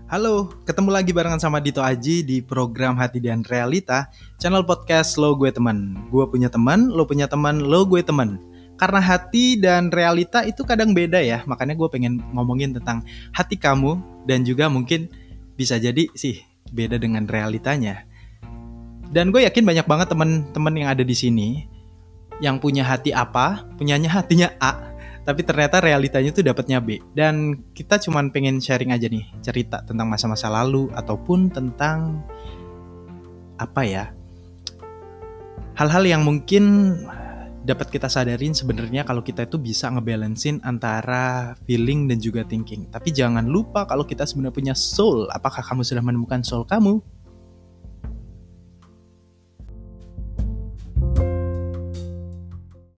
Halo, ketemu lagi barengan sama Dito Aji di program Hati dan Realita, channel podcast Lo Gue Temen. Gue punya teman, lo punya teman, lo gue temen. Karena hati dan realita itu kadang beda ya, makanya gue pengen ngomongin tentang hati kamu dan juga mungkin bisa jadi sih beda dengan realitanya. Dan gue yakin banyak banget teman-teman yang ada di sini yang punya hati apa, punyanya hatinya A, tapi ternyata realitanya tuh dapatnya B. Dan kita cuman pengen sharing aja nih, cerita tentang masa-masa lalu ataupun tentang apa ya, hal-hal yang mungkin dapat kita sadarin sebenarnya kalau kita itu bisa ngebalancein antara feeling dan juga thinking. Tapi jangan lupa kalau kita sebenarnya punya soul. Apakah kamu sudah menemukan soul kamu?